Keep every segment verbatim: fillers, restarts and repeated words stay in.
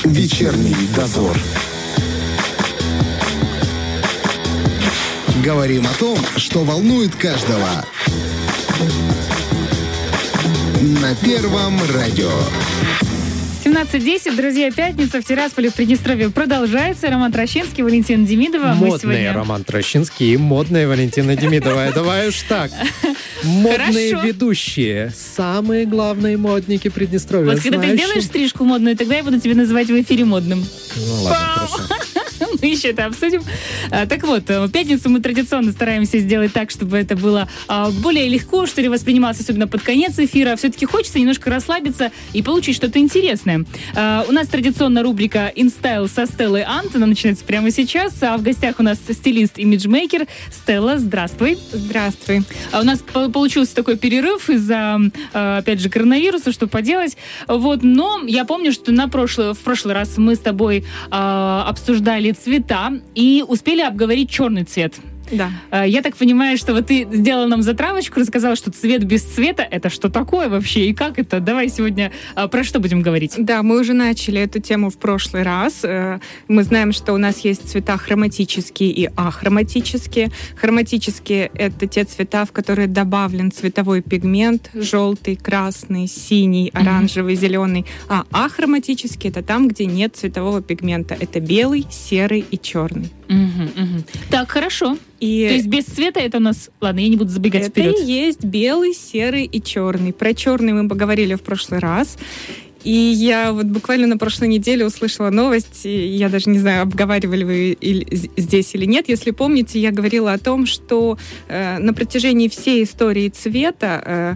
Вечерний дозор. Говорим о том, что волнует каждого. На Первом радио. семнадцать десять, друзья, пятница в Тирасполе, в Приднестровье продолжается. Роман Трощинский, Валентина Демидова. Модный сегодня... Роман Трощинский и модная Валентина Демидова. Давай уж так. Модные Хорошо. Ведущие. Самые главные модники Приднестровья. Вот когда ты Знаешь, сделаешь стрижку модную, тогда я буду тебя называть в эфире модным. Ну ладно, хорошо. Мы еще это обсудим. А, так вот, в пятницу мы традиционно стараемся сделать так, чтобы это было а, более легко, что ли, воспринималось, особенно под конец эфира. Все-таки хочется немножко расслабиться и получить что-то интересное. А, у нас традиционно рубрика InStyle со Стеллой Ант. Она начинается прямо сейчас. А в гостях у нас стилист-имиджмейкер Стелла. Здравствуй. Здравствуй. А у нас по- получился такой перерыв из-за, а, опять же, коронавируса, что поделать. Вот, но я помню, что на прошлый, в прошлый раз мы с тобой а, обсуждали цвета и успели обговорить черный цвет. Да. Я так понимаю, что вот ты сделала нам затравочку, рассказала, что цвет без цвета — это что такое вообще и как это? Давай сегодня а, про что будем говорить? Да, мы уже начали эту тему в прошлый раз. Мы знаем, что у нас есть цвета хроматические и ахроматические. Хроматические — это те цвета, в которые добавлен цветовой пигмент: желтый, красный, синий, оранжевый, mm-hmm. зеленый. А ахроматические — это там, где нет цветового пигмента. Это белый, серый и черный. Угу, угу. Так, хорошо. И то есть без цвета это у нас... Ладно, я не буду забегать это вперед. Это и есть белый, серый и черный. Про черный мы поговорили в прошлый раз. И я вот буквально на прошлой неделе услышала новость, и я даже не знаю, обговаривали вы или, здесь или нет. Если помните, я говорила о том, что э, на протяжении всей истории цвета э,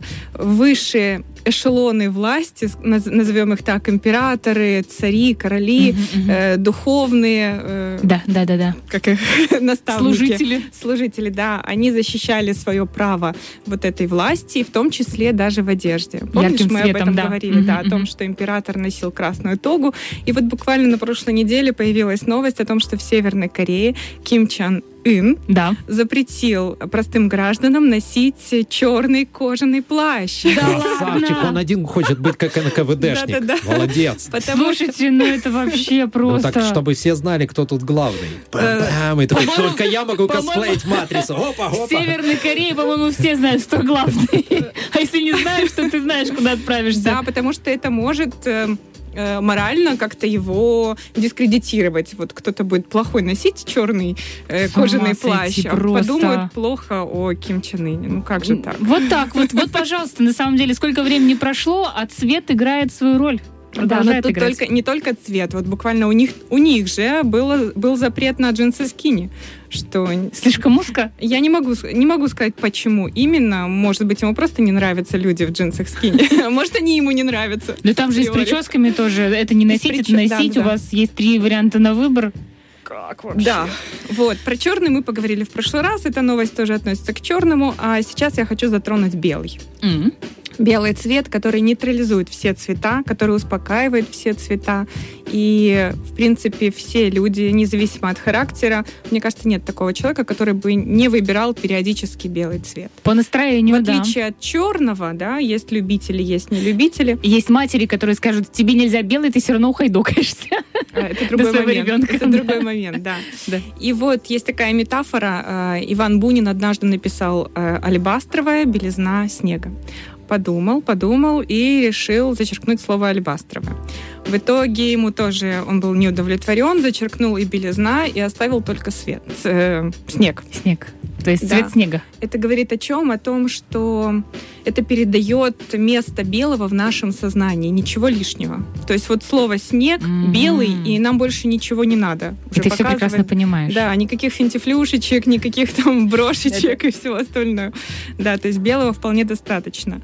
высшие эшелоны власти, назовем их так, императоры, цари, короли, uh-huh, uh-huh. Э, духовные, э, да, да, да, да. как их наставники, служители, служители, да, они защищали свое право вот этой власти, в том числе даже в одежде. Помнишь, ярким мы цветом, об этом да. говорили, uh-huh, да, о uh-huh. том, что император носил красную тогу, и вот буквально на прошлой неделе появилась новость о том, что в Северной Корее Ким Чен Ын да. запретил простым гражданам носить черный кожаный плащ. Да, красавчик, он один хочет быть как эн ка вэ дэшник. Да, да, да. Молодец. Потому Слушайте, что... ну это вообще просто... Ну так, чтобы все знали, кто тут главный. Бам-бам, и такой, только я могу косплеить Матрицу. Опа, опа. В Северной Корее, по-моему, все знают, кто главный. А если не знаешь, то ты знаешь, куда отправишься. Да, потому что это может... морально как-то его дискредитировать. Вот кто-то будет плохой носить черный э, кожаный плащ, а подумают плохо о Ким Чен Ыне. Ну как же так? Вот так вот. Вот, пожалуйста, на самом деле, сколько времени прошло, а цвет играет свою роль. Да, но тут только, не только цвет. Вот буквально у них, у них же было, был запрет на джинсы скини. Что... Слишком узко? Я не могу, не могу сказать, почему именно. Может быть, ему просто не нравятся люди в джинсах скини. Может, они ему не нравятся. Да там же и с прическами тоже. Это не носить, это носить. У вас есть три варианта на выбор. Как вообще? Да. Вот. Про черный мы поговорили в прошлый раз. Эта новость тоже относится к черному. А сейчас я хочу затронуть белый. Mm-hmm. Белый цвет, который нейтрализует все цвета, который успокаивает все цвета. И, в принципе, все люди, независимо от характера, мне кажется, нет такого человека, который бы не выбирал периодически белый цвет. По настроению, В отличие да. от черного, да, есть любители, есть нелюбители. Есть матери, которые скажут, тебе нельзя белый, ты все равно ухайдокаешься. А, это другой момент. Ребенка, это да. другой момент, да. да. И вот есть такая метафора. Иван Бунин однажды написал «алебастровая белизна снега». Подумал, подумал и решил зачеркнуть слово «алебастровое». В итоге ему тоже он был не удовлетворен, зачеркнул и белизна, и оставил только свет, э, снег. Снег. То есть да. цвет снега. Это говорит о чем? О том, что это передает место белого в нашем сознании, ничего лишнего. То есть вот слово «снег», mm-hmm. белый, и нам больше ничего не надо. И ты все прекрасно понимаешь. Да, никаких финтифлюшечек, никаких там брошечек это... и всего остального. Да, то есть белого вполне достаточно.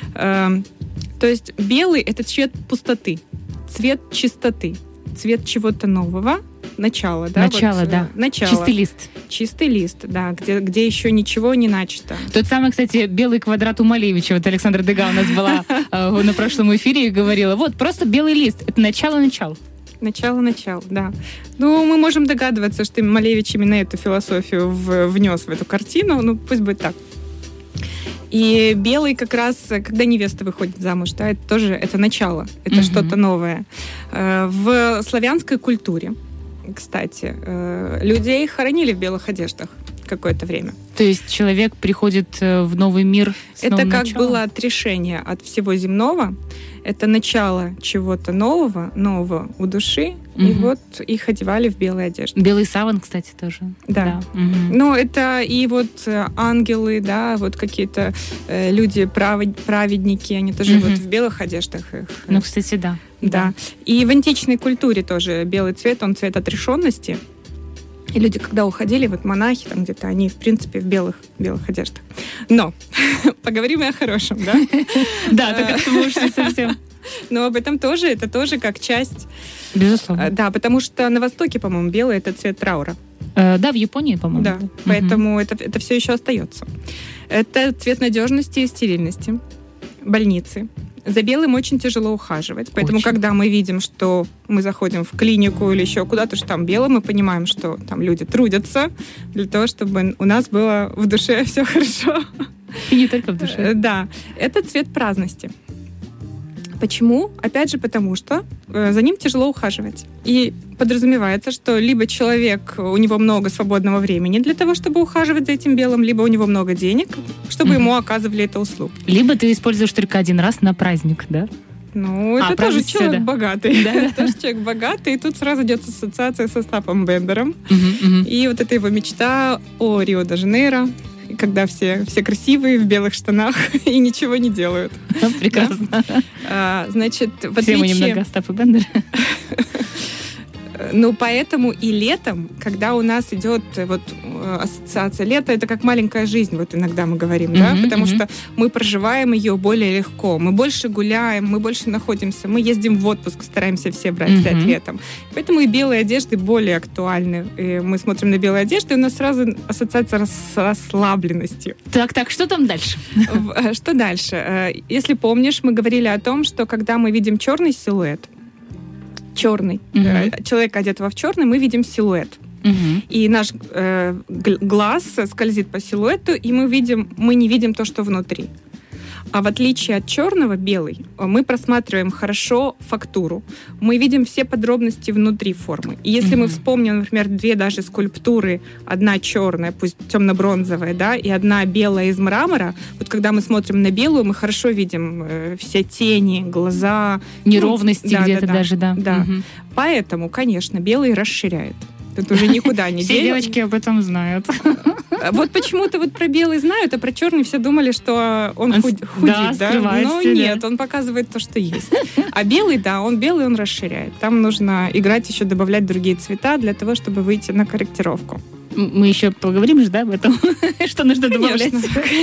То есть белый — это цвет пустоты, цвет чистоты, цвет чего-то нового, начало, да? Начало, вот, да. Начало. Чистый лист. Чистый лист, да, где, где еще ничего не начато. Тот самый, кстати, белый квадрат у Малевича. Вот Александра Дега у нас была на прошлом эфире и говорила, вот, просто белый лист. Это начало-начало. Начало-начало, да. Ну, мы можем догадываться, что Малевич именно эту философию внес в эту картину. Ну, пусть будет так. И белый как раз, когда невеста выходит замуж, да, это тоже это начало, это угу. что-то новое. В славянской культуре, кстати, людей хоронили в белых одеждах какое-то время. То есть человек приходит в новый мир с Это новым как началом? было отрешение от всего земного. Это начало чего-то нового, нового у души. Угу. И вот их одевали в белые одежды. Белый саван, кстати, тоже. Да. да. Угу. Ну, это и вот ангелы, да, вот какие-то э, люди, праведники, они тоже угу. вот в белых одеждах. Их, ну, кстати, да. да. Да. И в античной культуре тоже белый цвет, он цвет отрешенности. И люди, когда уходили, вот монахи там где-то, они, в принципе, в белых, белых одеждах. Но поговорим и о хорошем, да? Да, так как мы ушли совсем. Но об этом тоже, это тоже как часть... Безусловно. Да, потому что на Востоке, по-моему, белый — это цвет траура. Да, в Японии, по-моему. Да, поэтому это, это все еще остается. Это цвет надежности и стерильности. Больницы. За белым очень тяжело ухаживать. Поэтому, очень. Когда мы видим, что мы заходим в клинику или еще куда-то, что там бело, мы понимаем, что там люди трудятся для того, чтобы у нас было в душе все хорошо. И не только в душе. Да. Это цвет праздности. Почему? Опять же, потому что за ним тяжело ухаживать. И подразумевается, что либо человек, у него много свободного времени для того, чтобы ухаживать за этим белым, либо у него много денег, чтобы mm-hmm. ему оказывали эту услугу. Либо ты используешь только один раз на праздник, да? Ну, это а, тоже человек да. богатый. Да. Это тоже человек богатый. И тут сразу идет ассоциация со Остапом Бендером. Uh-huh, uh-huh. И вот это его мечта о Рио-де-Жанейро, когда все, все красивые в белых штанах и ничего не делают. Прекрасно. Да? А, значит, в все отличие... мы немного Остапа Бендера. Ну, поэтому и летом, когда у нас идет вот ассоциация лета, это как маленькая жизнь, вот иногда мы говорим, mm-hmm, да, потому mm-hmm. что мы проживаем ее более легко, мы больше гуляем, мы больше находимся, мы ездим в отпуск, стараемся все брать, mm-hmm. взять летом. Поэтому и белые одежды более актуальны. И мы смотрим на белые одежды, и у нас сразу ассоциация с расслабленностью. Так, так, что там дальше? Что дальше? Если помнишь, мы говорили о том, что когда мы видим черный силуэт, черный. Uh-huh. Человека, одетого в черный, мы видим силуэт. Uh-huh. И наш э, глаз скользит по силуэту, и мы видим, мы не видим то, что внутри. А в отличие от черного, белый, мы просматриваем хорошо фактуру. Мы видим все подробности внутри формы. И если uh-huh. мы вспомним, например, две даже скульптуры, одна черная, пусть темно-бронзовая, да, и одна белая из мрамора, вот когда мы смотрим на белую, мы хорошо видим э, все тени, глаза. Неровности ну, где-то да, даже, да. да. Uh-huh. Поэтому, конечно, белый расширяет. Тут уже никуда не Все девочки об этом знают. Вот почему-то вот про белый знают, а про черный все думали, что он, он худ, худит, да? да? Но нет, да. Он показывает то, что есть. А белый, да, он белый, он расширяет. Там нужно играть еще, добавлять другие цвета для того, чтобы выйти на корректировку. Мы еще поговорим же, да, об этом? Что нужно добавлять?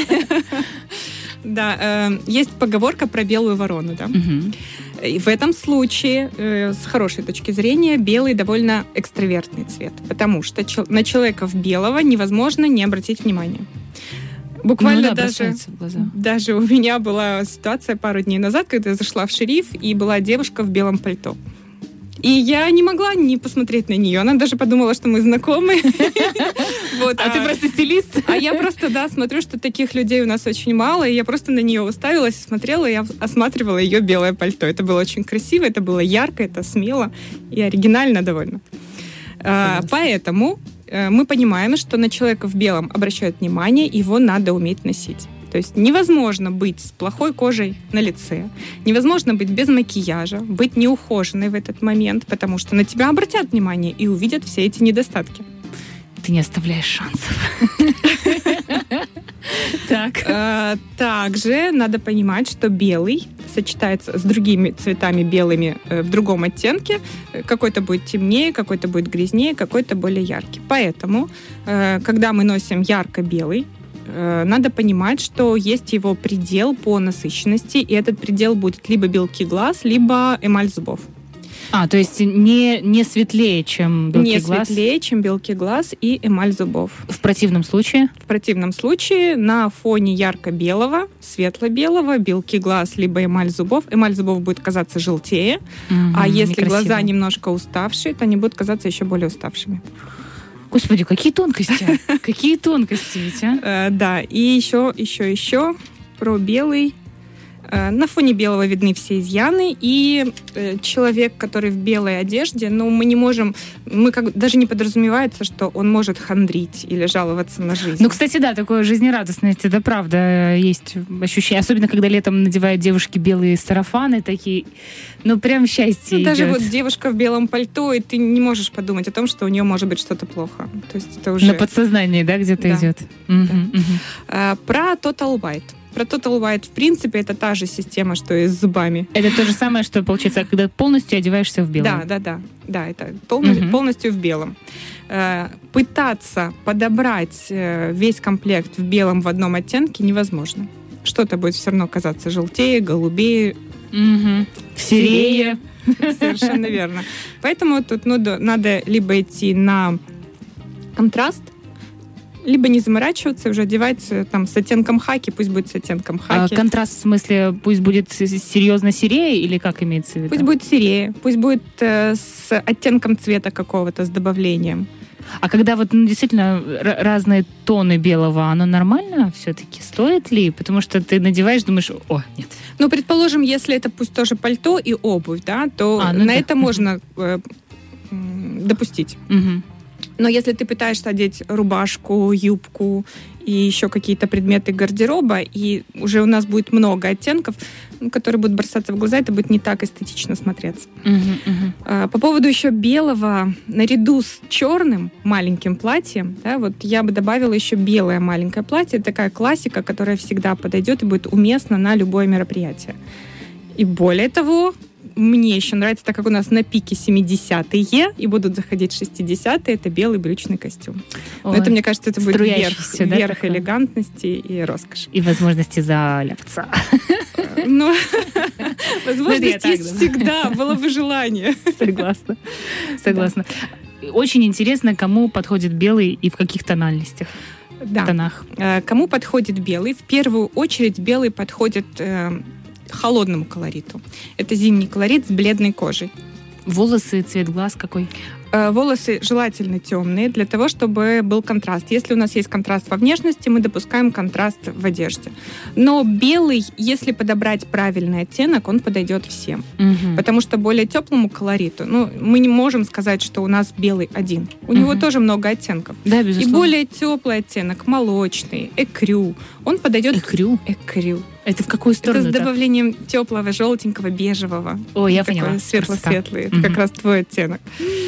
Да, есть поговорка про белую ворону, да. И в этом случае, э, с хорошей точки зрения, белый довольно экстравертный цвет, потому что чел- на человека в белого невозможно не обратить внимания. Буквально ну, да, даже, даже у меня была ситуация пару дней назад, когда я зашла в шериф, и была девушка в белом пальто. И я не могла не посмотреть на нее. Она даже подумала, что мы знакомы. Вот, а, а ты просто стилист? А я просто, да, смотрю, что таких людей у нас очень мало, и я просто на нее уставилась, смотрела, и я осматривала ее белое пальто. Это было очень красиво, это было ярко, это смело и оригинально довольно. А, поэтому мы понимаем, что на человека в белом обращают внимание, его надо уметь носить. То есть невозможно быть с плохой кожей на лице, невозможно быть без макияжа, быть неухоженной в этот момент, потому что на тебя обратят внимание и увидят все эти недостатки. Ты не оставляешь шансов. Так. Также надо понимать, что белый сочетается с другими цветами белыми в другом оттенке. Какой-то будет темнее, какой-то будет грязнее, какой-то более яркий. Поэтому, когда мы носим ярко-белый, надо понимать, что есть его предел по насыщенности, и этот предел будет либо белки глаз, либо эмаль зубов. А, то есть не, не светлее, чем белки не глаз? Не светлее, чем белки глаз и эмаль зубов. В противном случае? В противном случае на фоне ярко-белого, светло-белого, белки глаз либо эмаль зубов, эмаль зубов будет казаться желтее, mm-hmm, а если некрасиво. Глаза немножко уставшие, то они будут казаться еще более уставшими. Господи, какие тонкости, какие тонкости ведь, а? Да, и еще, еще, еще про белый. На фоне белого видны все изъяны, и человек, который в белой одежде, ну, мы не можем, мы как даже не подразумевается, что он может хандрить или жаловаться на жизнь. Ну, кстати, да, такое жизнерадостность, это правда, есть ощущение, особенно когда летом надевают девушки белые сарафаны такие, ну, прям счастье ну, идет. Даже вот девушка в белом пальто, и ты не можешь подумать о том, что у нее может быть что-то плохо. То есть это уже... На подсознании, да, где-то да. идет. Да. Угу, угу. А, про Total White. Про Total White, в принципе, это та же система, что и с зубами. Это то же самое, что получается, когда полностью одеваешься в белое. Да, да, да. Да, это полностью, Угу. полностью в белом. Э, пытаться подобрать э, весь комплект в белом в одном оттенке невозможно. Что-то будет все равно казаться желтее, голубее, Угу. Серее. Совершенно верно. Поэтому тут ну, да, надо либо идти на контраст, либо не заморачиваться, уже одевать там с оттенком хаки, пусть будет с оттенком хаки. А контраст в смысле, пусть будет серьезно серее или как имеется в виду? Пусть будет серее, пусть будет э, с оттенком цвета какого-то, с добавлением. А когда вот ну, действительно р- разные тоны белого, оно нормально все-таки? Стоит ли? Потому что ты надеваешь, думаешь, о, нет. Ну, предположим, если это пусть тоже пальто и обувь, да, то А, ну на да. это можно э, м, допустить. Угу. Но если ты пытаешься одеть рубашку, юбку и еще какие-то предметы гардероба, и уже у нас будет много оттенков, ну, которые будут бросаться в глаза, это будет не так эстетично смотреться. Угу, угу. А, По поводу еще белого, наряду с черным маленьким платьем, да, вот я бы добавила еще белое маленькое платье. Это такая классика, которая всегда подойдет и будет уместна на любое мероприятие. И более того, мне еще нравится, так как у нас на пике семидесятые и будут заходить шестидесятые, это белый брючный костюм. Но Ой, это, мне кажется, это будет верх, струящийся, да, верх такой? элегантности и роскоши. И возможности заляпаться. Но я возможность так есть думаю. всегда, было бы желание. Согласна. Согласна. Очень интересно, кому подходит белый и в каких тональностях, Да. тонах. Э, Кому подходит белый? В первую очередь белый подходит э, холодному колориту. Это зимний колорит с бледной кожей. Волосы, цвет глаз какой? Э, Волосы желательно темные, для того, чтобы был контраст. Если у нас есть контраст во внешности, мы допускаем контраст в одежде. Но белый, если подобрать правильный оттенок, он подойдет всем. Мгм. Потому что более теплому колориту, ну, мы не можем сказать, что у нас белый один. У него Мгм. тоже много оттенков. Да, И безусловно. более теплый оттенок, молочный, экрю, он подойдет... Экрю? Экрю. Это в какую Это сторону? с добавлением теплого, желтенького, бежевого. О, я Такой поняла. светло-светлый. Это Мгм. как раз твой оттенок.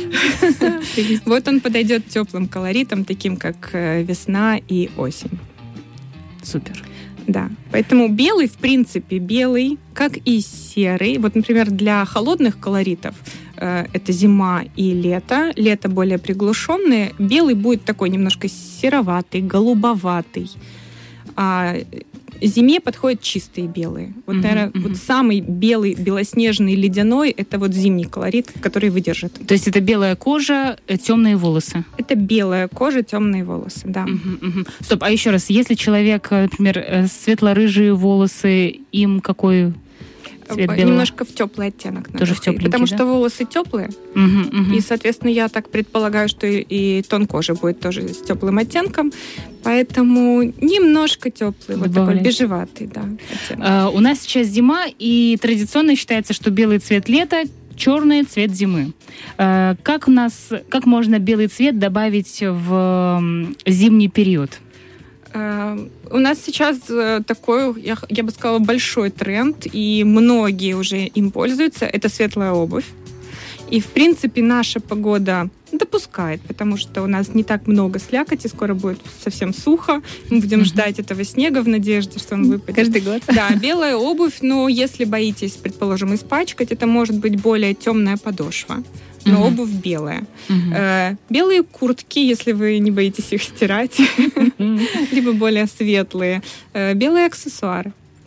Вот он подойдет теплым колоритом, таким как э, весна и осень. Супер. Да. Поэтому белый, в принципе, белый, как и серый. Вот, например, для холодных колоритов э, это зима и лето. Лето более приглушенное. Белый будет такой немножко сероватый, голубоватый. А зиме подходят чистые белые. Вот, Мгм, наверное, мгм. вот самый белый, белоснежный, ледяной — это вот зимний колорит, который выдержит. То есть это белая кожа, э, темные волосы. Это белая кожа, темные волосы, да. Мгм, мгм. Стоп, а еще раз, если человек, э, например, э, светло-рыжие волосы, им какой цвет Э, белого? Немножко в теплый оттенок. надо Тоже в ходить, тепленький, Потому да? что волосы теплые, Мгм, мгм. и, соответственно, я так предполагаю, что и, и тон кожи будет тоже с теплым оттенком. Поэтому немножко теплый, вот такой Добавлять. бежеватый, да, оттенок. Э, У нас сейчас зима, и традиционно считается, что белый цвет лета, черный цвет зимы. Э, Как у нас, как можно белый цвет добавить в м, зимний период? Э, У нас сейчас э, такой, я, х- я бы сказала, большой тренд, и многие уже им пользуются. Это светлая обувь. И, в принципе, наша погода допускает, потому что у нас не так много слякоти, скоро будет совсем сухо. Мы будем Мгм. ждать этого снега в надежде, что он выпадет. Каждый год. Да, белая обувь, но если боитесь, предположим, испачкать, это может быть более темная подошва, но Мгм. обувь белая. Мгм. Э, Белые куртки, если вы не боитесь их стирать, Мгм. либо более светлые. Э, Белые аксессуары.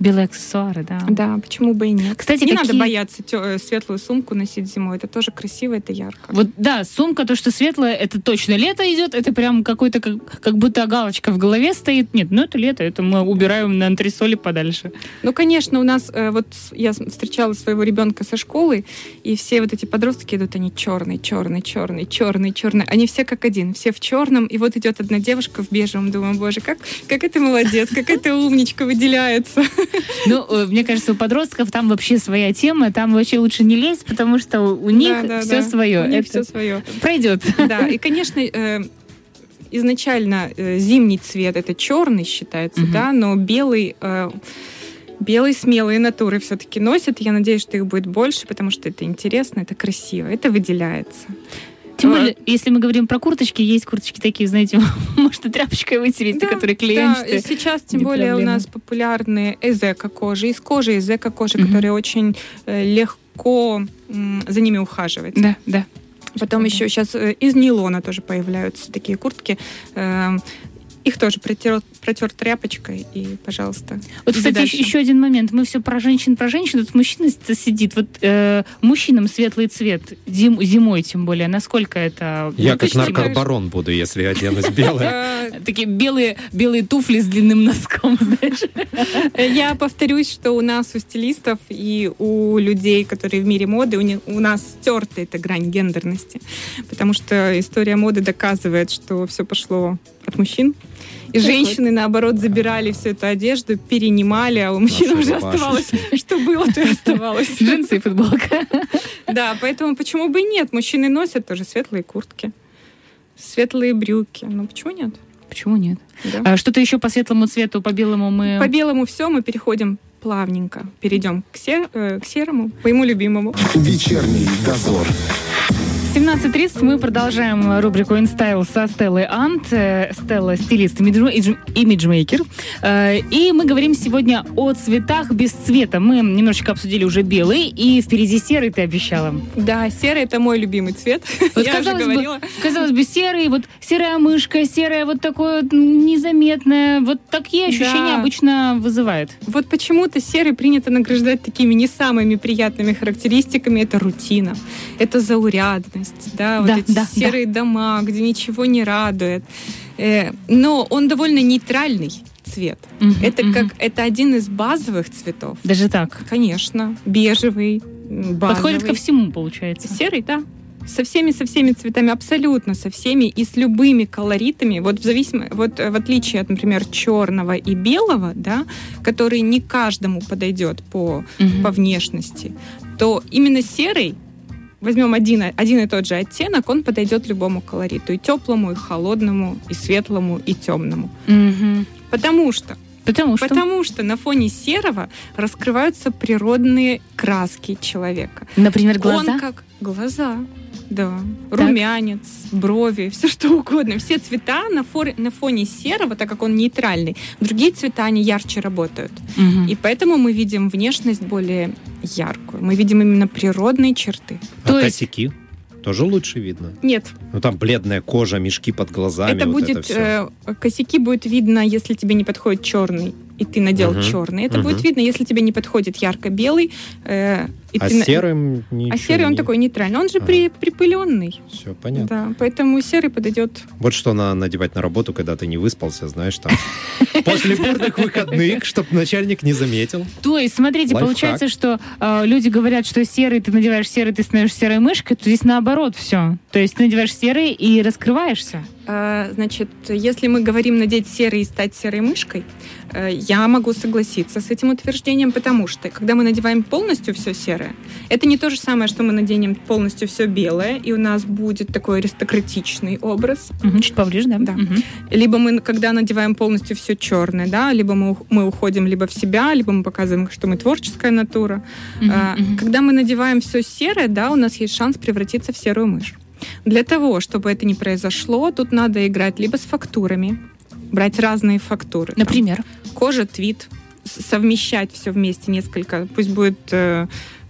Белые аксессуары, да. Да, почему бы и нет. Кстати, не какие... надо бояться тё- светлую сумку носить зимой. Это тоже красиво, это ярко. Вот, да, сумка, то, что светлая, это точно лето идет, это прям какой-то, как, как будто галочка в голове стоит. Нет, ну это лето, это мы убираем на антресоли подальше. Ну, конечно, у нас, э, вот я встречала своего ребенка со школы, и все вот эти подростки идут, они черный, черный, черный, черный, черный. Они все как один, все в черном, и вот идет одна девушка в бежевом. Думаю, боже, как, как это молодец, какая ты умничка, выделяется. Ну, мне кажется, у подростков там вообще своя тема, там вообще лучше не лезть, потому что у них Да, да, все да. свое. У них Это все свое. пройдет. Да, и, конечно, э, изначально э, зимний цвет это черный считается, Мгм. да, но белый, э, белый смелые натуры все-таки носят. Я надеюсь, что их будет больше, потому что это интересно, это красиво, это выделяется. Тем более, если мы говорим про курточки, есть курточки такие, знаете, можно тряпочкой вытереть, Да, которые Да, клеенчатые. и сейчас тем не более проблема. у нас популярны из эко-кожи, из кожи, из эко-кожи, Мгм. которые очень э, легко м, за ними ухаживать. Да, да. Потом Да. еще сейчас э, из нейлона тоже появляются такие куртки. Э, Их тоже протер, протер тряпочкой и, пожалуйста. Вот, иди кстати, дальше. еще один момент. Мы все про женщин, про женщин. Тут мужчина сидит. Вот э, мужчинам светлый цвет, зим- зимой тем более. Насколько это... Я ну, как ты наркобарон буду, если оденусь белое. Э, Такие белые, белые туфли с длинным носком, знаешь. Я повторюсь, что у нас, у стилистов и у людей, которые в мире моды, у, не- у нас стерта эта грань гендерности. Потому что история моды доказывает, что все пошло от мужчин. И женщины, наоборот, забирали всю эту одежду, перенимали, а у мужчин Наша уже рубашка. оставалось, что было, то и оставалось. Джинсы и футболка. Да, поэтому почему бы и нет? Мужчины носят тоже светлые куртки, светлые брюки. Ну, почему нет? Почему нет? Да. А что-то еще по светлому цвету, по белому мы... По белому все, мы переходим плавненько. Перейдем к, сер- э, к серому, по ему любимому. Вечерний дозор. семнадцать тридцать мы продолжаем рубрику InStyle со Стеллой Ант. Э, Стелла — стилист, имидж- имиджмейкер. Э, И мы говорим сегодня о цветах без цвета. Мы немножечко обсудили уже белый, и впереди серый ты обещала. Да, серый — это мой любимый цвет. Вот Я уже казалось бы, говорила. казалось бы, серый, вот серая мышка, серая вот такое вот незаметное. Вот такие ощущения Да. обычно вызывает. Вот почему-то серый принято награждать такими не самыми приятными характеристиками. Это рутина, это заурядность, да, вот Да, эти да, серые дома, где ничего не радует. Э, Но он довольно нейтральный цвет. Мгм, Это мгм. как это один из базовых цветов. Даже так. Конечно, бежевый, м, базовый. Подходит ко всему, получается. Серый, да. Со всеми, со всеми цветами, абсолютно со всеми и с любыми колоритами. Вот в зависимости, вот э, в отличие от, например, черного и белого, да, который не каждому подойдет по, Мгм. по внешности, то именно серый, возьмем один, один и тот же оттенок, он подойдет любому колориту. И теплому, и холодному, и светлому, и темному. Мгм. Потому что Потому что... Потому что на фоне серого раскрываются природные краски человека. Например, глаза. Он как глаза, да, румянец, брови, все что угодно. Все цвета на, форе, на фоне серого, так как он нейтральный, другие цвета, они ярче работают. Мгм. И поэтому мы видим внешность более яркую. Мы видим именно природные черты. А То есть- косяки тоже лучше видно. Нет, Ну там бледная кожа, мешки под глазами. это вот будет, это всё. э, косяки будет видно, если тебе не подходит черный, и ты надел Мгм. черный. Это Мгм. будет видно, если тебе не подходит ярко-белый, э, и А ты на- серым ничего А серый он не- такой нейтральный. Он же Ага. при, припыленный. Все понятно. Да, поэтому серый подойдет. Вот что надо надевать на работу, когда ты не выспался, знаешь, там. После бурных выходных, чтобы начальник не заметил. То есть, смотрите, Лайфхак. получается, что э, люди говорят, что серый, ты надеваешь серый, ты становишься серой мышкой, то здесь наоборот все. То есть ты надеваешь серый и раскрываешься. А, Значит, если мы говорим надеть серый и стать серой мышкой, э, я могу согласиться с этим утверждением, потому что когда мы надеваем полностью все серое, это не то же самое, что мы наденем полностью все белое, и у нас будет такой аристократичный образ. Мгм, чуть поближе, да? Да. Мгм. Либо мы, когда надеваем полностью все черное, да, либо мы, ух- мы уходим либо в себя, либо мы показываем, что мы творческая натура. Мгм, А, мгм. Когда мы надеваем все серое, да, у нас есть шанс превратиться в серую мышь. Для того, чтобы это не произошло, тут надо играть либо с фактурами, брать разные фактуры. Там, Например. кожа, твид, с- совмещать все вместе несколько. Пусть будет э,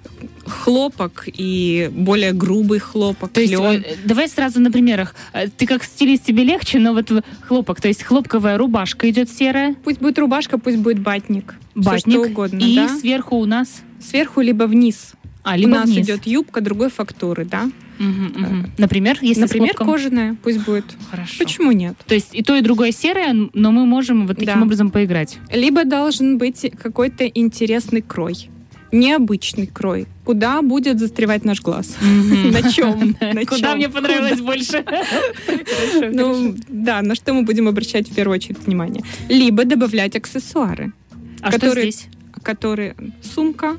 хлопок и более грубый хлопок. То есть, лен. э, давай сразу на примерах. Э, Ты как стилист, тебе легче, но вот в- хлопок, то есть хлопковая рубашка идет серая, Пусть будет рубашка, пусть будет батник. батник, Все что угодно, и да? сверху у нас... Сверху либо вниз. А, либо У нас вниз. идет юбка другой фактуры, да? Мгм, мгм. Например, если Например, с хлопком. кожаная, пусть будет. Хорошо. Почему нет? То есть и то, и другое серое, но мы можем вот таким Да. образом поиграть. Либо должен быть какой-то интересный крой. Необычный крой. Куда будет застревать наш глаз? На чем? На Куда чем? мне понравилось больше? Хорошо, Ну, хорошо. да, на что мы будем обращать в первую очередь внимание. Либо добавлять аксессуары, А что которые- здесь? которые сумка,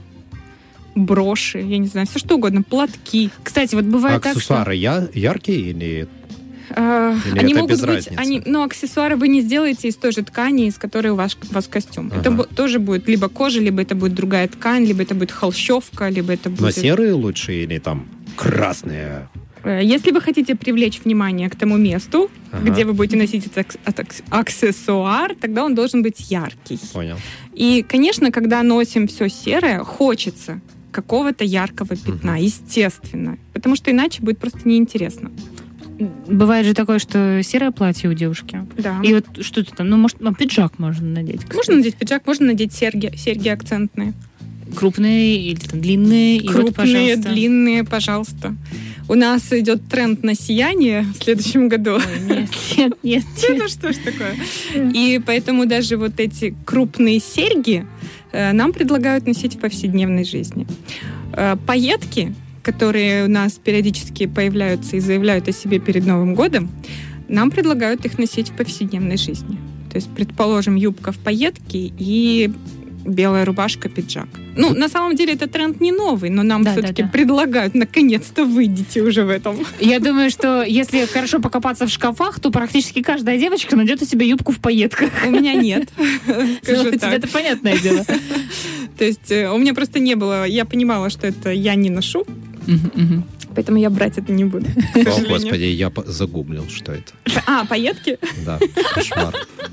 броши, я не знаю, все что угодно, платки. Кстати, вот бывает так, что... Аксессуары я- яркие или... Э, Или они это могут без быть, разницы? они, но аксессуары вы не сделаете из той же ткани, из которой у вас, у вас костюм. Ага. Это бу- тоже будет либо кожа, либо это будет другая ткань, либо это будет холщовка, либо это Но будет... серые лучше или там красные? Э, Если вы хотите привлечь внимание к тому месту, Ага. где вы будете носить этот акс- этот акс- аксессуар, тогда он должен быть яркий. Понял. И, конечно, когда носим все серое, хочется какого-то яркого пятна, Мгм. естественно. Потому что иначе будет просто неинтересно. Бывает же такое, что серое платье у девушки. Да. И вот что-то там, ну, может, ну, пиджак можно надеть. кстати. Можно надеть пиджак, можно надеть серьги, серьги акцентные. Крупные или там длинные. И вот, Крупные, пожалуйста. длинные, пожалуйста. У нас идет тренд на сияние в следующем году. Ой, нет, нет, нет, нет. Ну что ж такое? И поэтому даже вот эти крупные серьги э, нам предлагают носить в повседневной жизни. Э, Пайетки, которые у нас периодически появляются и заявляют о себе перед Новым годом, нам предлагают их носить в повседневной жизни. То есть, предположим, юбка в пайетке и белая рубашка, пиджак. Ну, на самом деле, это тренд не новый, но нам Да, все-таки да, да. предлагают, наконец-то выйдите уже в этом. Я думаю, что если хорошо покопаться в шкафах, то практически каждая девочка найдет у себя юбку в пайетках. У меня нет, скажу Ну, так. это понятное дело. То есть э, у меня просто не было, я понимала, что это я не ношу, Мгм, мгм. поэтому я брать это не буду. к О, сожалению. господи, я по- загуглил, что это. А, пайетки? Да, кошмар.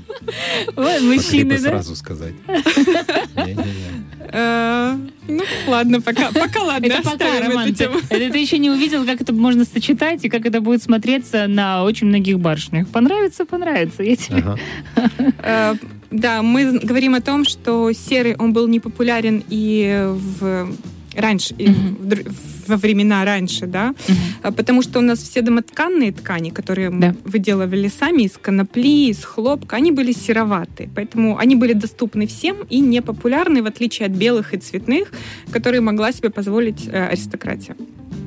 Вот Могли мужчины, бы да? сразу сказать. Не-не-не. Э, Ну, ладно, пока, пока ладно, Это пока, оставим Роман, эту ты, тему. это ты еще не увидел, как это можно сочетать и как это будет смотреться на очень многих барышнях. Понравится, понравится. Я тебе... Ага. Э, Да, мы говорим о том, что серый, он был непопулярен и в раньше, и Мгм. в др- во времена раньше, да, А потому что у нас все домотканные ткани, которые мы Да. выделывали сами из конопли, из хлопка, они были сероватые, поэтому они были доступны всем и не популярны, в отличие от белых и цветных, которые могла себе позволить э, аристократия.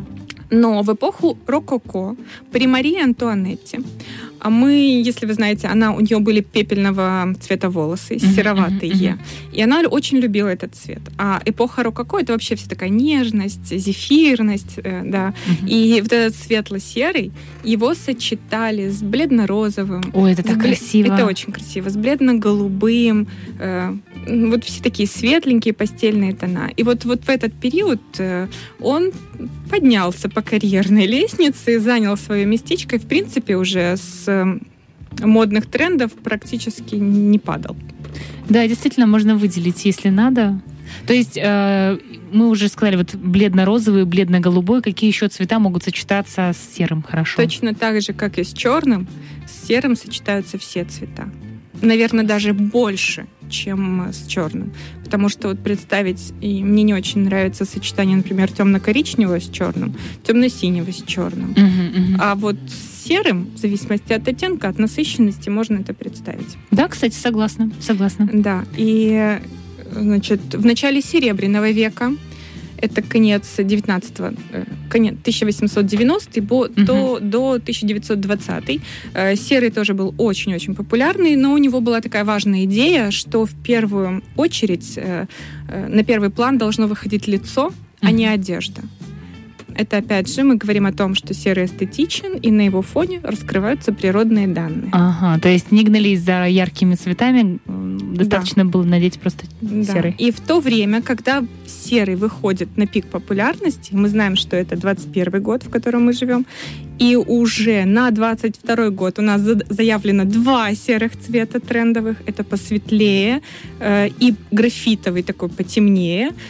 Но в эпоху рококо при Марии Антуанетте, а мы, если вы знаете, она, у нее были пепельного цвета волосы, Мгм, сероватые, мгм, мгм. и она очень любила этот цвет. А эпоха рококо — это вообще вся такая нежность, зефирность, э, да. Мгм. И вот этот светло-серый, его сочетали с бледно-розовым. Ой, это так с бле- красиво. Это очень красиво. С бледно-голубым. э, вот все такие светленькие пастельные тона. И вот, вот в этот период э, он поднялся по карьерной лестнице и занял свое местечко. И, в принципе, уже с э, модных трендов практически не падал. Да, действительно, можно выделить, если надо. То есть э, мы уже сказали, вот бледно-розовый, бледно-голубой, какие еще цвета могут сочетаться с серым хорошо? Точно так же, как и с черным, с серым сочетаются все цвета. Наверное, даже больше, чем с черным. Потому что вот представить, и мне не очень нравится сочетание, например, темно-коричневого с черным, темно-синего с черным. Мгм, мгм. А вот с серым, в зависимости от оттенка, от насыщенности, можно это представить. Да, кстати, согласна, согласна. Да, и, значит, в начале Серебряного века, это конец девятнадцатого, э, конец тысяча восемьсот девяностый бо- Мгм. до, до тысяча девятьсот двадцатый. Э, Серый тоже был очень-очень популярный, но у него была такая важная идея, что в первую очередь э, э, на первый план должно выходить лицо, а не Мгм. одежда. Это, опять же, мы говорим о том, что серый эстетичен, и на его фоне раскрываются природные данные. Ага, то есть не гнались за яркими цветами, м, достаточно было надеть просто Да. серый. И в то время, когда серый выходит на пик популярности, мы знаем, что это двадцать первый год, в котором мы живем, и уже на двадцать второй год у нас за- заявлено два серых цвета трендовых. Это посветлее э, и графитовый такой потемнее.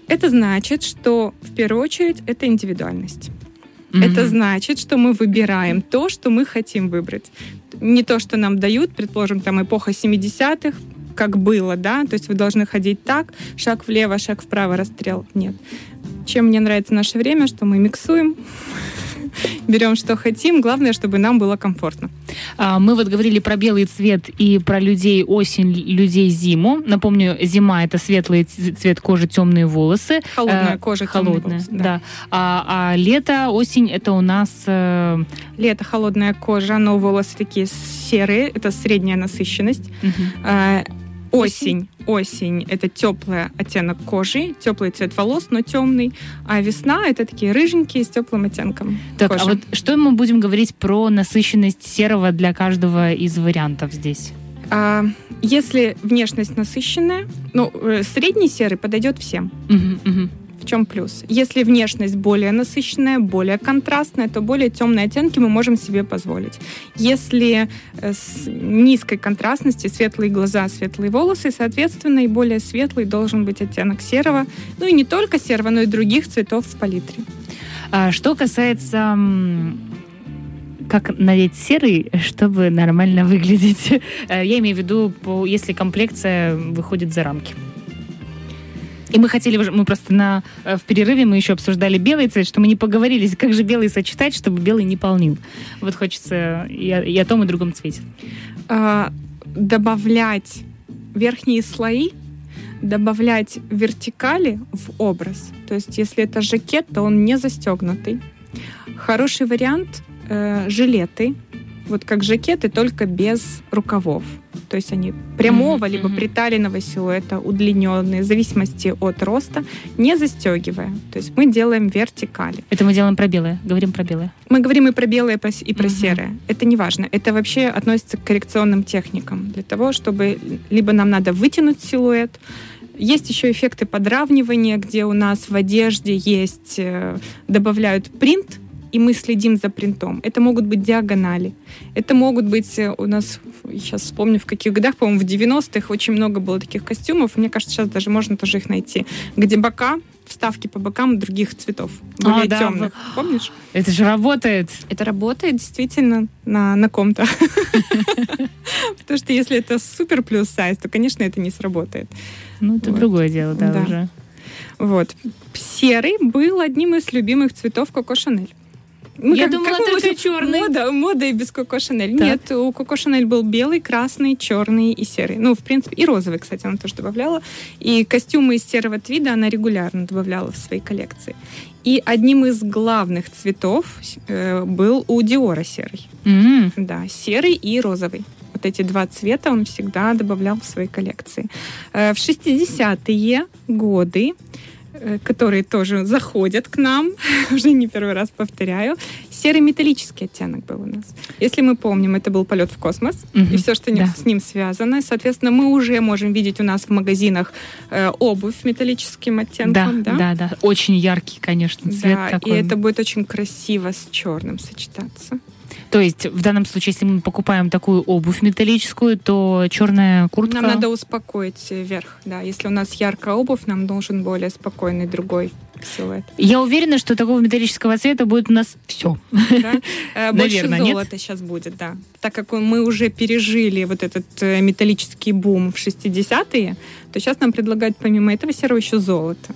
Это значит, что в первую очередь это индивидуальность. Мгм. Это значит, что мы выбираем то, что мы хотим выбрать. Не то, что нам дают, предположим, там эпоха семидесятых, как было, да, то есть вы должны ходить так, шаг влево, шаг вправо, расстрел. Нет. Чем мне нравится наше время, что мы миксуем, берем, что хотим, главное, чтобы нам было комфортно. А, Мы вот говорили про белый цвет и про людей осень, людей зиму. Напомню, зима — это светлый ц- цвет кожи, темные волосы. Холодная Э, кожа, темные холодная, волосы, да. да. А, а лето, осень — это у нас э, Лето, холодная кожа, но волосы такие серые, это средняя насыщенность. мгм. А, Осень. Осень — это теплый оттенок кожи, теплый цвет волос, но темный. А весна — это такие рыженькие с теплым оттенком Так, кожи. а вот что мы будем говорить про насыщенность серого для каждого из вариантов здесь? А, если внешность насыщенная, ну, э, средний серый подойдет всем. Мгм, мгм. В чем плюс? Если внешность более насыщенная, более контрастная, то более темные оттенки мы можем себе позволить. Если э, с низкой контрастности, светлые глаза, светлые волосы, соответственно, и более светлый должен быть оттенок серого. Ну и не только серого, но и других цветов в палитре. А что касается м, как надеть серый, чтобы нормально выглядеть. Э, Я имею в виду, по- если комплекция выходит за рамки. И мы хотели уже, мы просто на, э, в перерыве мы еще обсуждали белый цвет, что мы не поговорили, как же белый сочетать, чтобы белый не полнил. Вот хочется и о, и о том, и другом цвете. А, добавлять верхние слои, добавлять вертикали в образ. То есть, если это жакет, то он не застегнутый. Хороший вариант э, жилеты, вот как жакеты, только без рукавов. То есть они прямого Мгм, либо мгм. приталенного силуэта, удлиненные, в зависимости от роста, не застегивая. То есть мы делаем вертикали. Это мы делаем про белое, говорим про белое. Мы говорим и про белое, и про с- и про Мгм. серое. Это не важно. Это вообще относится к коррекционным техникам. Для того, чтобы либо нам надо вытянуть силуэт, есть еще эффекты подравнивания, где у нас в одежде есть, э, добавляют принт, и мы следим за принтом. Это могут быть диагонали. Это могут быть э, у нас, сейчас вспомню, в каких годах, по-моему, в девяностых очень много было таких костюмов. Мне кажется, сейчас даже можно тоже их найти. Где бока, вставки по бокам других цветов, более А, да, темных. Помнишь? Это же работает. Это работает действительно на, на ком-то. Потому что если это супер плюс сайз, то, конечно, это не сработает. Ну, это Вот. другое дело, да, Да. уже. Вот. Серый был одним из любимых цветов Коко Шанель. Мы Я как- думала, как мы только уже- черный. Мода, мода и без Коко Шанель. Так. Нет, у Коко Шанель был белый, красный, черный и серый. Ну, в принципе, и розовый, кстати, она тоже добавляла. И костюмы из серого твида она регулярно добавляла в свои коллекции. И одним из главных цветов э, был у Диора серый. М. Да, серый и розовый. Вот эти два цвета он всегда добавлял в свои коллекции. Э, В шестидесятые годы, э, которые тоже заходят к нам, уже не первый раз повторяю, серый металлический оттенок был у нас. Если мы помним, это был полет в космос, Мгм. и все, что не- Да. с ним связано. Соответственно, мы уже можем видеть у нас в магазинах э, обувь с металлическим Да, оттенком. да, да. Очень яркий, конечно, цвет Да, такой. и это будет очень красиво с черным сочетаться. То есть, в данном случае, если мы покупаем такую обувь металлическую, то черная куртка... Нам надо успокоить э, верх, да. Если у нас яркая обувь, нам нужен более спокойный другой силуэт. Я уверена, что такого металлического цвета будет у нас все. Да? Э, Больше Наверное, нет? золота сейчас будет, да. Так как мы уже пережили вот этот э, металлический бум в шестидесятые, то сейчас нам предлагают помимо этого серого еще золото.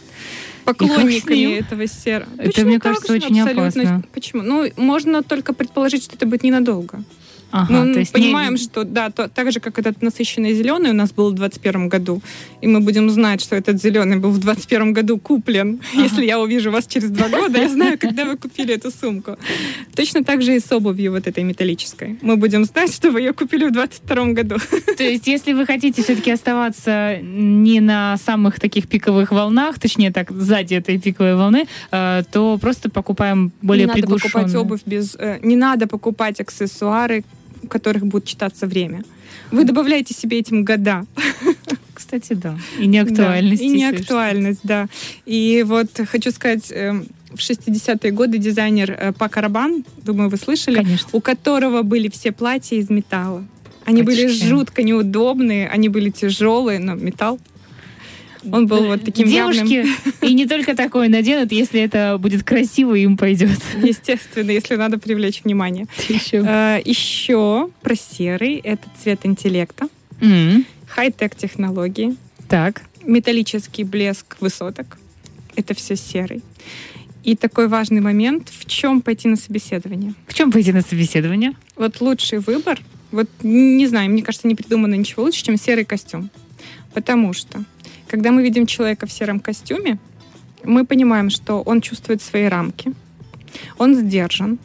Поклонниками ним? этого серого. Это, Точно мне так кажется, же, очень абсолютно. опасно. Почему? Ну, можно только предположить, что это будет ненадолго. Ага, Мы то есть не- понимаем, что да, то, так же, как этот насыщенный зеленый у нас был в двадцать первом году, и мы будем знать, что этот зеленый был в двадцать первом году куплен. Ага. Если я увижу вас через два года, я знаю, когда вы купили эту сумку. Точно так же и с обувью вот этой металлической. Мы будем знать, что вы ее купили в двадцать втором году. То есть, если вы хотите все-таки оставаться не на самых таких пиковых волнах, точнее так, сзади этой пиковой волны, э, то просто покупаем более не надо приглушенную. покупать обувь без... э, не надо покупать аксессуары, в которых будет читаться время. Вы добавляете себе этим года. Кстати, да. И неактуальность. Да, и неактуальность, да. И вот хочу сказать, э, в шестидесятые годы дизайнер э, Пако Рабан, думаю, вы слышали, Конечно. у которого были все платья из металла. Они были Очки. жутко неудобные, они были тяжелые, но металл. Он был вот таким Девушки, явным. и не только такое наденут, если это будет красиво, им пойдет. Естественно, если надо привлечь внимание. Еще. Э, Еще про серый. Это цвет интеллекта, М, хай-тек технологии, Так. металлический блеск высоток. Это все серый. И такой важный момент, в чем пойти на собеседование. В чем пойти на собеседование? Вот лучший выбор, вот не знаю, мне кажется, не придумано ничего лучше, чем серый костюм. Потому что, когда мы видим человека в сером костюме, мы понимаем, что он чувствует свои рамки, он сдержан,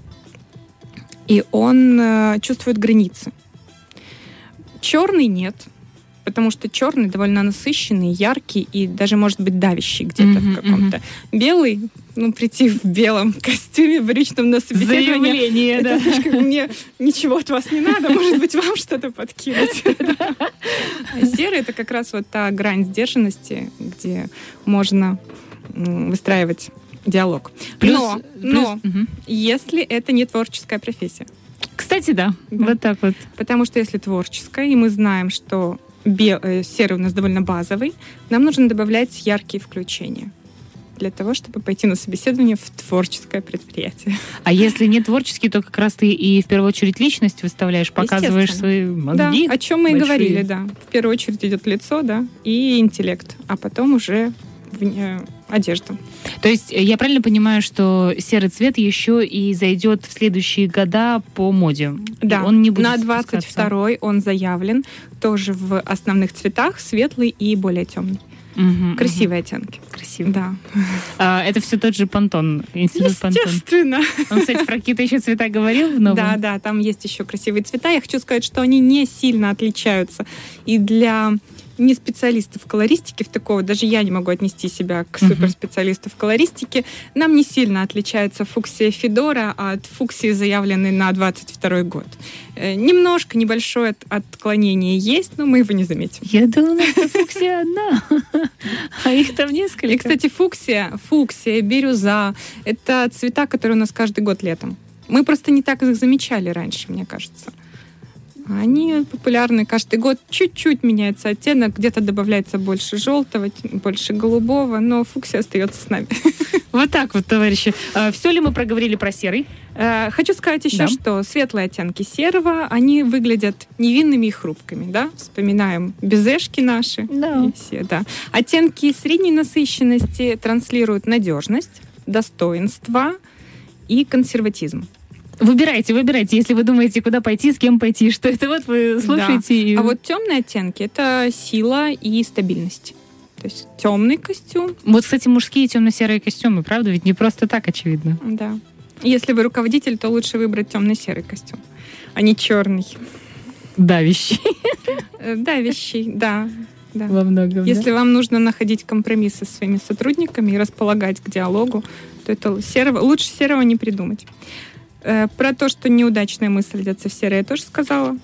и он э, чувствует границы. Черный нет, потому что черный довольно насыщенный, яркий и даже, может быть, давящий где-то Мгм, в каком-то. Белый, ну, прийти в белом костюме, брючном на собеседование, Заявление, это, да. знаешь, как мне ничего от вас не надо, может быть, вам что-то подкинуть. А серый — это как раз вот та грань сдержанности, где можно м, выстраивать диалог. Плюс- Но, плюс- но Мгм. если это не творческая профессия. Кстати, да. Да. Вот так вот. Потому что если творческая, и мы знаем, что бе- э, серый у нас довольно базовый, нам нужно добавлять яркие включения для того, чтобы пойти на собеседование в творческое предприятие. А если не творческий, то как раз ты и в первую очередь личность выставляешь, показываешь Естественно. свои мозги. Да, о чем мы и большие. говорили, да. В первую очередь идет лицо, да, и интеллект, а потом уже в- э, одежда. То есть э, я правильно понимаю, что серый цвет еще и зайдет в следующие года по моде? И Да, он не будет на спускаться? двадцать второй он заявлен тоже в основных цветах, светлый и более темный. Мгм, Красивые оттенки. мгм. Красиво. Да. А, это все тот же Пантон, институт Пантон. Естественно. Он, кстати, про какие-то еще цвета говорил в новом? Да, да, там есть еще красивые цвета. Я хочу сказать, что они не сильно отличаются. И для не специалистов колористики, в такого, даже я не могу отнести себя к Мгм. суперспециалисту в колористике, нам не сильно отличается фуксия Федора от фуксии, заявленной на двадцать второй год. Э, Немножко, небольшое от- отклонение есть, но мы его не заметим. Я думала, что фуксия одна, а их там несколько. И, кстати, фуксия, фуксия, бирюза — это цвета, которые у нас каждый год летом. Мы просто не так их замечали раньше, мне кажется. Они популярны каждый год. Чуть-чуть меняется оттенок, где-то добавляется больше желтого, больше голубого, но фуксия остается с нами. Вот так вот, товарищи. Все ли мы проговорили про серый? Э, Хочу сказать еще, Да. что светлые оттенки серого, они выглядят невинными и хрупкими, да? Вспоминаем безешки наши. Да. И все, да. Оттенки средней насыщенности транслируют надежность, достоинство и консерватизм. Выбирайте, выбирайте, если вы думаете, куда пойти, с кем пойти, что это вот вы слушаете. и- А вот темные оттенки — это сила и стабильность. То есть темный костюм, Вот, кстати, мужские темно-серые костюмы, правда? Ведь не просто так, очевидно. да. Если вы руководитель, то лучше выбрать темно-серый костюм, а не черный. Давящий Э, Давящий, да. да. во многом. Если вам нужно находить компромиссы со своими сотрудниками и располагать к диалогу, то это серого, лучше серого не придумать. Э, Про то, что неудачная мысль одеться в серое, я тоже сказала.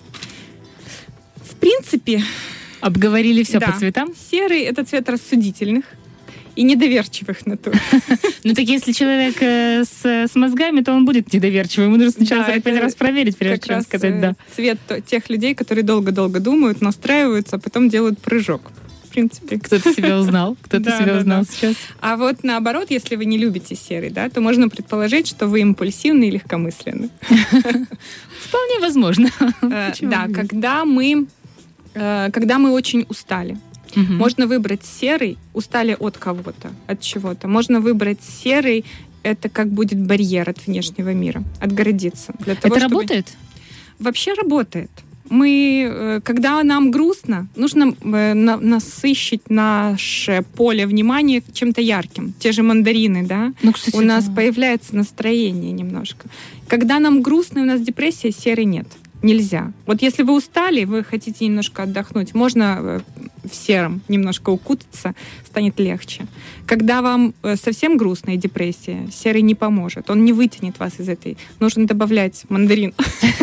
В принципе, Обговорили все да, по цветам. серый — это цвет рассудительных и недоверчивых натур. Ну так если человек э, с, с мозгами, то он будет недоверчивый. Ему нужно сначала Да, сорок пять это раз проверить, прежде Как чем раз сказать э, «да». цвет то- тех людей, которые долго-долго думают, настраиваются, а потом делают прыжок. В принципе. Кто-то себя узнал, кто-то Да, себя да, узнал да. сейчас. А вот наоборот, если вы не любите серый, да, то можно предположить, что вы импульсивны и легкомысленны. Вполне возможно. Э, Почему Да, нет? когда мы, э, когда мы очень устали. Мгм. Можно выбрать серый, устали от кого-то, от чего-то. Можно выбрать серый, это как будет барьер от внешнего мира, отгородиться. Для того, Это чтобы- работает? Вообще работает. Мы, э, когда нам грустно, нужно э, на- насыщить наше поле внимания чем-то ярким. Те же мандарины, да? Ну, кстати, У нас да. появляется настроение немножко. Когда нам грустно, у нас депрессия, серый нет. Нельзя. Вот если вы устали, вы хотите немножко отдохнуть, можно э, в сером немножко укутаться, станет легче. Когда вам э, совсем грустно и депрессия, серый не поможет. Он не вытянет вас из этой. Нужно добавлять мандарин. Из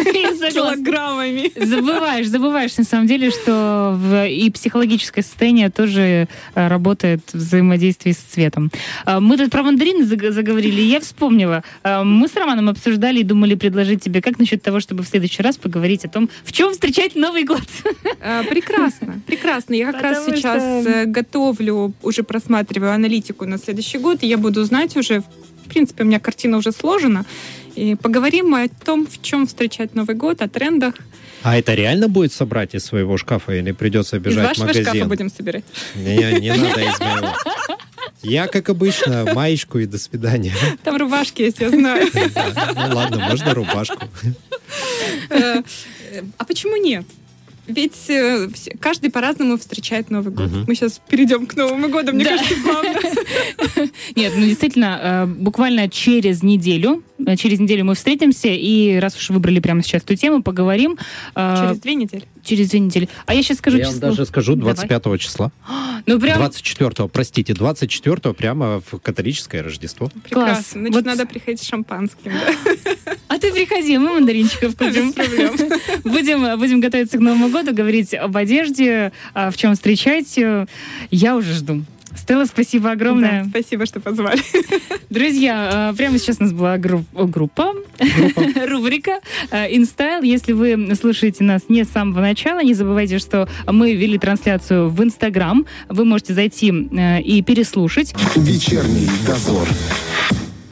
Согласна. килограммами. Забываешь, забываешь, на самом деле, что в, и психологическое состояние тоже а, работает в взаимодействии с цветом. А, мы тут про мандарины заг- заговорили, и я вспомнила. А, мы с Романом обсуждали и думали предложить тебе, как насчет того, чтобы в следующий раз поговорить о том, в чем встречать Новый год. А, Прекрасно, прекрасно. Я как раз Потому сейчас что- э, готовлю, уже просматриваю аналитику на следующий год, и я буду знать уже, в принципе, у меня картина уже сложена, и поговорим о том, в чем встречать Новый год, о трендах. А это реально будет собрать из своего шкафа или придется Из бежать в вашего магазин? шкафа будем собирать. Не, не надо из моего. Я, как обычно, маечку и до свидания. Там рубашки есть, я знаю. Да, ну ладно, можно рубашку. Э, А почему нет? Ведь э, все- каждый по-разному встречает Новый год. Мгм. Мы сейчас перейдем к Новому году, мне Да. кажется, плавно. Нет, ну действительно, э, буквально через неделю, э, через неделю мы встретимся, и раз уж выбрали прямо сейчас эту тему, поговорим э, Через две недели. через две недели. А я сейчас скажу Я вам число. даже скажу Давай. двадцать пятого числа. Ну прям двадцать четвёртого, простите, двадцать четвёртого прямо в католическое Рождество. Класс. Прекрасно. Значит, Вот. надо приходить с шампанским. да? А ты приходи, мы мандаринчиков купим. Без проблем. Будем, будем готовиться к Новому году, говорить об одежде, а, в чем встречать. э, Я уже жду. Стелла, спасибо огромное. Да, спасибо, что позвали. Друзья, э, прямо сейчас у нас была гру- группа, рубрика э, InStyle. Если вы слушаете нас не с самого начала, не забывайте, что мы вели трансляцию в Инстаграм. Вы можете зайти э, и переслушать. Вечерний дозор.